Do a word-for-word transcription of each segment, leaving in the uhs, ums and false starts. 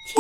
厅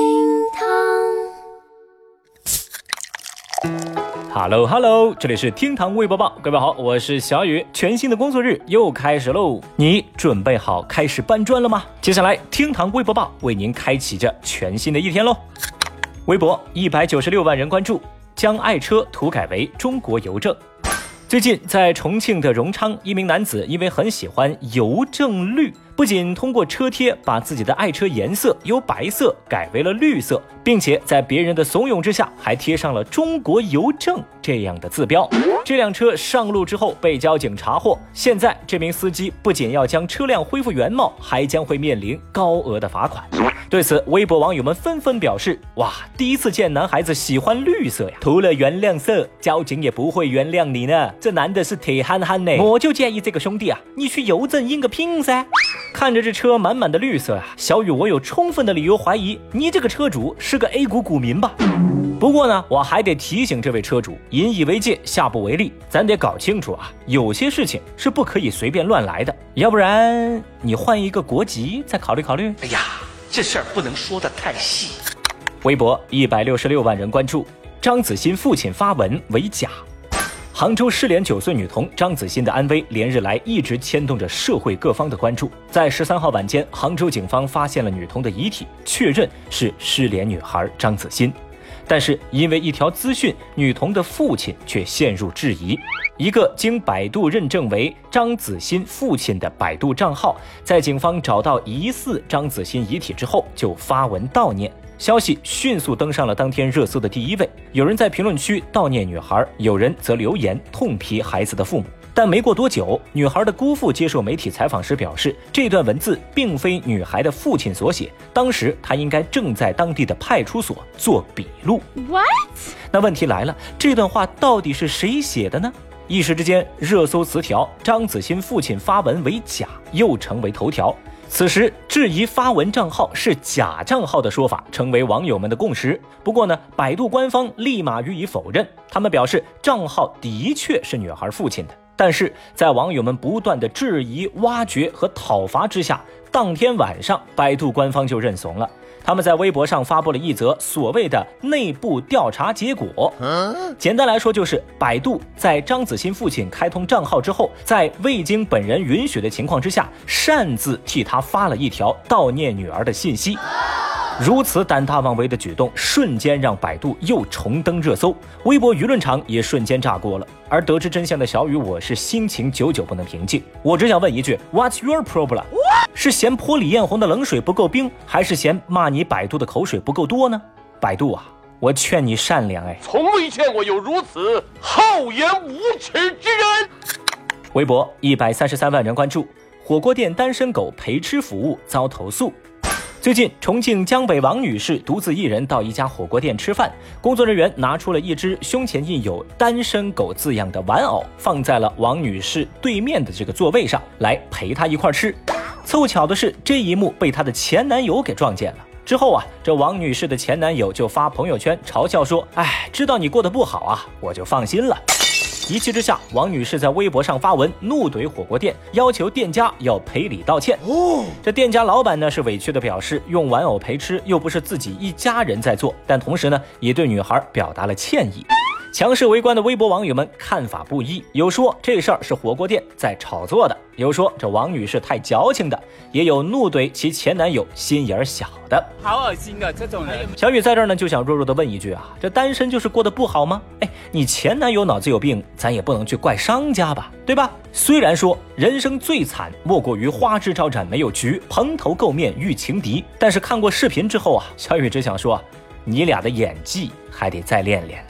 堂 Hello Hello， 这里是厅堂微博报，各位好，我是小雨。全新的工作日又开始喽，你准备好开始搬砖了吗？接下来厅堂微博报为您开启着全新的一天喽。微博一百九十六万人关注，将爱车涂改为中国邮政。最近在重庆的荣昌，一名男子因为很喜欢邮政绿，不仅通过车贴把自己的爱车颜色由白色改为了绿色，并且在别人的怂恿之下还贴上了中国邮政这样的字标。这辆车上路之后被交警查获，现在这名司机不仅要将车辆恢复原貌，还将会面临高额的罚款。对此，微博网友们纷纷表示，哇，第一次见男孩子喜欢绿色呀，涂了原谅色，交警也不会原谅你呢，这男的是铁憨憨呢。我就建议这个兄弟啊，你去邮政应个聘噻。看着这车满满的绿色啊，小雨我有充分的理由怀疑你这个车主是个 A 股股民吧。不过呢，我还得提醒这位车主，引以为戒，下不为例。咱得搞清楚啊，有些事情是不可以随便乱来的，要不然你换一个国籍再考虑考虑。 哎呀，这事儿不能说得太细。 微博一百六十六万人关注，张子欣父亲发文为假。杭州失联九岁女童张子欣的安危连日来一直牵动着社会各方的关注。在十三号晚间，杭州警方发现了女童的遗体，确认是失联女孩张子欣。但是因为一条资讯，女童的父亲却陷入质疑。一个经百度认证为张子欣父亲的百度账号，在警方找到疑似张子欣遗体之后，就发文悼念。消息迅速登上了当天热搜的第一位，有人在评论区悼念女孩，有人则留言痛批孩子的父母。但没过多久，女孩的姑父接受媒体采访时表示，这段文字并非女孩的父亲所写，当时他应该正在当地的派出所做笔录。 What？ 那问题来了，这段话到底是谁写的呢？一时之间，热搜词条张子欣父亲发文为假又成为头条。此时质疑发文账号是假账号的说法成为网友们的共识。不过呢，百度官方立马予以否认，他们表示账号的确是女孩父亲的。但是在网友们不断的质疑、挖掘和讨伐之下，当天晚上百度官方就认怂了。他们在微博上发布了一则所谓的内部调查结果，简单来说就是百度在张子欣父亲开通账号之后，在未经本人允许的情况之下，擅自替他发了一条悼念女儿的信息。如此胆大妄为的举动，瞬间让百度又重登热搜，微博舆论场也瞬间炸锅了。而得知真相的小雨，我是心情久久不能平静。我只想问一句 What's your problem？ 是嫌泼李彦宏的冷水不够冰，还是嫌骂你百度的口水不够多呢？百度啊，我劝你善良哎， 从未见过有如此厚颜无耻之人。 微博一百三十三万人关注，火锅店单身狗陪吃服务遭投诉。最近，重庆江北王女士独自一人到一家火锅店吃饭，工作人员拿出了一只胸前印有单身狗字样的玩偶，放在了王女士对面的这个座位上，来陪她一块吃。凑巧的是，这一幕被她的前男友给撞见了。之后啊，这王女士的前男友就发朋友圈嘲笑说，哎，知道你过得不好啊，我就放心了。一气之下，王女士在微博上发文怒怼火锅店，要求店家要赔礼道歉。哦，这店家老板呢是委屈的表示，用玩偶陪吃又不是自己一家人在做，但同时呢也对女孩表达了歉意。强势围观的微博网友们看法不一，有说这事儿是火锅店在炒作的，有说这王女士太矫情的，也有怒怼其前男友心眼小的。 好恶心啊，这种人。 小雨在这儿呢就想弱弱的问一句啊，这单身就是过得不好吗？哎，你前男友脑子有病，咱也不能去怪商家吧，对吧？虽然说人生最惨莫过于花枝招展没有局，蓬头垢面遇情敌，但是看过视频之后啊，小雨只想说，你俩的演技还得再练练呢。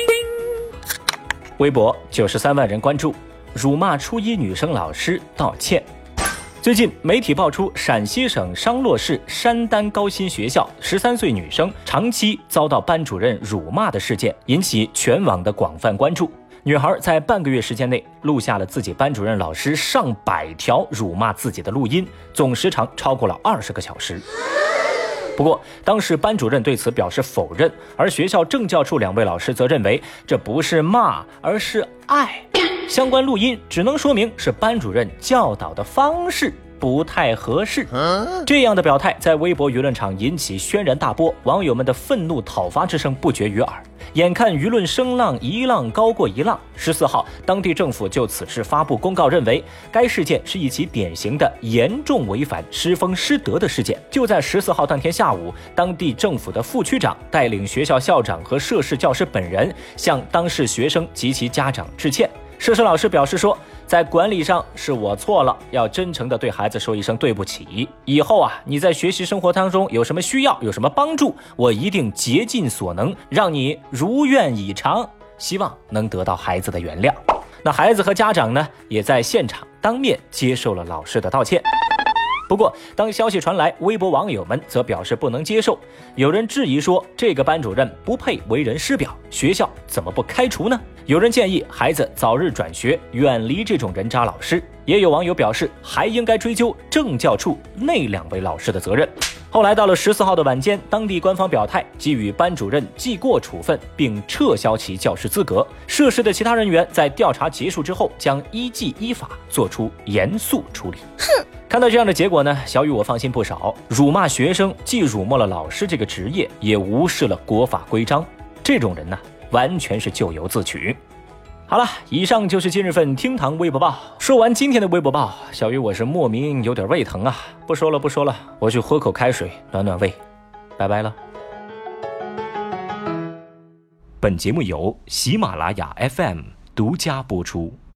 微博九十三万人关注，辱骂初一女生老师道歉。最近媒体爆出陕西省商洛市山丹高新学校十三岁女生长期遭到班主任辱骂的事件，引起全网的广泛关注。女孩在半个月时间内录下了自己班主任老师上百条辱骂自己的录音，总时长超过了二十个小时。不过当时班主任对此表示否认，而学校政教处两位老师则认为这不是骂，而是爱。相关录音只能说明是班主任教导的方式。 不太合适。这样的表态在微博舆论场引起轩然大波，网友们的愤怒讨伐之声不绝于耳。眼看舆论声浪一浪高过一浪，十四号，当地政府就此事发布公告，认为该事件是一起典型的严重违反师风师德的事件。就在十四号当天下午，当地政府的副区长带领学校校长和涉事教师本人向当事学生及其家长致歉。涉事老师表示说，在管理上是我错了，要真诚地对孩子说一声对不起。以后啊，你在学习生活当中有什么需要，有什么帮助，我一定竭尽所能，让你如愿以偿。希望能得到孩子的原谅。那孩子和家长呢，也在现场当面接受了老师的道歉。不过，当消息传来，微博网友们则表示不能接受。有人质疑说，这个班主任不配为人师表，学校怎么不开除呢？有人建议孩子早日转学，远离这种人渣老师。也有网友表示，还应该追究政教处那两位老师的责任。后来到了十四号的晚间，当地官方表态给予班主任记过处分，并撤销其教师资格。涉事的其他人员在调查结束之后，将依纪依法做出严肃处理。哼！看到这样的结果呢，小雨我放心不少。辱骂学生，既辱没了老师这个职业，也无视了国法规章。这种人呢，完全是咎由自取。好了，以上就是今日份厅堂微博报。说完今天的微博报，小鱼我是莫名有点胃疼啊，不说了不说了，我去喝口开水暖暖胃，拜拜了。本节目由喜马拉雅 F M 独家播出。